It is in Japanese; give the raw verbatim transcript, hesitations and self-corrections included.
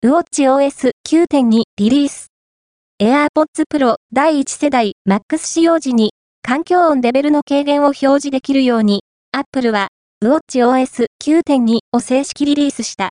ウォッチオーエスきゅうてんに リリース。AirPods Pro だいいち世代 Max 使用時に環境音レベルの軽減を表示できるように、Apple は ウォッチオーエスきゅうてんに を正式リリースした。